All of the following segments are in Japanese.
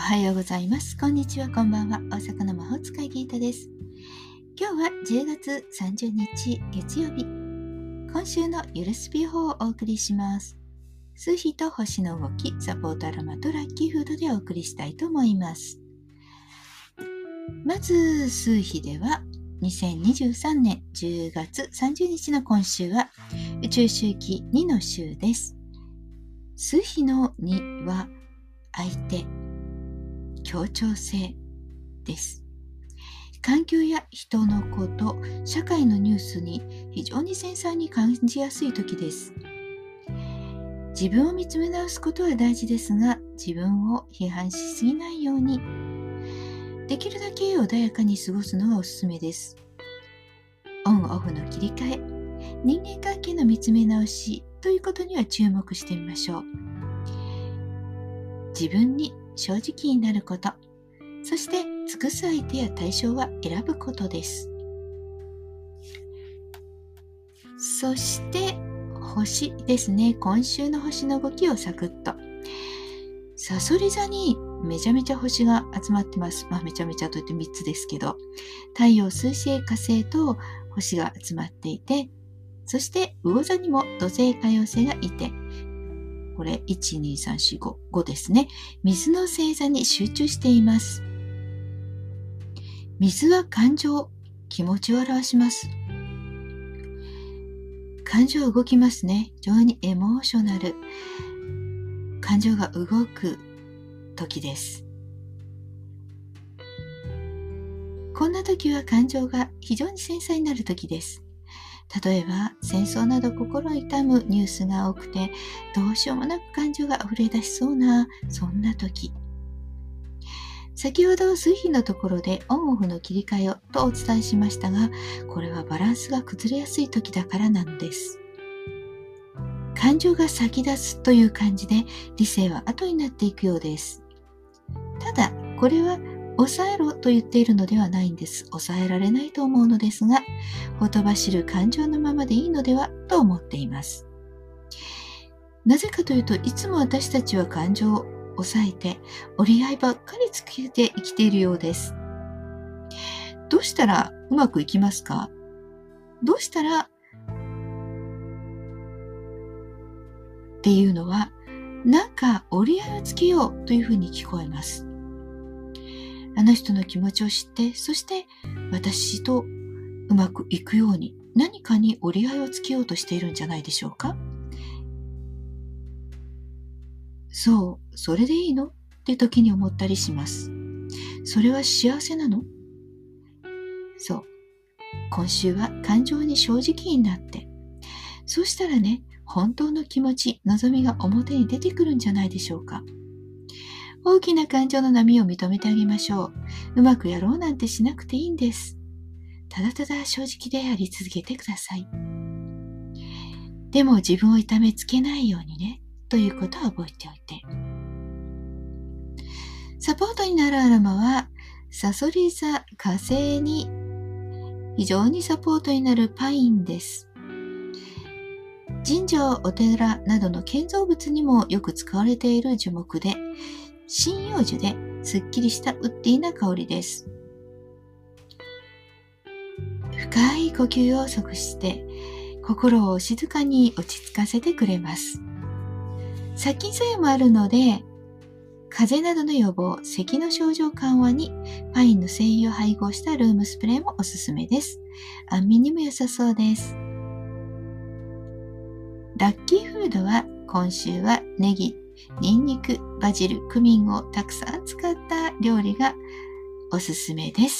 はようございます。こんにちは、こんばんは。大阪の魔法使いギータです。今日は10月30日月曜日。今週のゆるスピ法をお送りします。数日と星の動き、サポートアロマとラッキーフードでお送りしたいと思います。まず数日では2023年10月30日の今週は宇宙周期2の週です。数日の2は相手、協調性です。環境や人のこと、社会のニュースに非常に繊細に感じやすい時です。自分を見つめ直すことは大事ですが、自分を批判しすぎないように、できるだけ穏やかに過ごすのがおすすめです。オンオフの切り替え、人間関係の見つめ直しということには注目してみましょう。自分に正直になること、そして尽くす相手や対象は選ぶことです。そして星ですね。今週の星の動きをサクッと。さそり座にめちゃめちゃ星が集まってます。めちゃめちゃといって3つですけど、太陽、水星、火星と星が集まっていて、そして魚座にも土星、海王星がいて、これ 1,2,3,4,5 ですね。水の星座に集中しています。水は感情、気持ちを表します。感情動きますね。非常にエモーショナル。感情が動く時です。こんな時は感情が非常に繊細になる時です。例えば戦争など心痛むニュースが多くて、どうしようもなく感情が溢れ出しそうな、そんな時。先ほど数日のところでオンオフの切り替えをとお伝えしましたが、これはバランスが崩れやすい時だからなのです。感情が先立つという感じで、理性は後になっていくようです。ただこれは抑えろと言っているのではないんです。抑えられないと思うのですが、ほとばしる感情のままでいいのではと思っています。なぜかというと、いつも私たちは感情を抑えて折り合いばっかりつけて生きているようです。どうしたらうまくいきますか？どうしたらっていうのは、なんか折り合いをつけようというふうに聞こえます。あの人の気持ちを知って、そして私とうまくいくように何かに折り合いをつけようとしているんじゃないでしょうか。そう、それでいいのって時に思ったりします。それは幸せなの？そう、今週は感情に正直になって、そうしたらね、本当の気持ち、望みが表に出てくるんじゃないでしょうか。大きな感情の波を認めてあげましょう。うまくやろうなんてしなくていいんです。ただただ正直であり続けてください。でも自分を痛めつけないようにね、ということは覚えておいて。サポートになるアロマは、さそり座、火星に非常にサポートになるパインです。神社、お寺などの建造物にもよく使われている樹木で、針葉樹ですっきりしたウッディな香りです。深い呼吸を即して心を静かに落ち着かせてくれます。殺菌作用もあるので、風邪などの予防、咳の症状緩和にパインの精油を配合したルームスプレーもおすすめです。安眠にも良さそうです。ラッキーフードは今週はネギ、ニンニク、バジル、クミンをたくさん使った料理がおすすめです。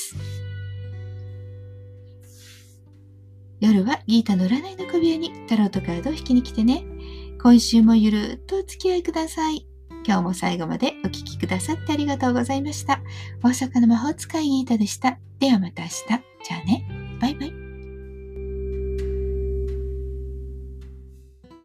夜はギータの占いの小部屋にタロットカードを引きに来てね。今週もゆるっとお付き合いください。今日も最後までお聞きくださってありがとうございました。大阪の魔法使いギータでした。ではまた明日。じゃあね。バイバイ。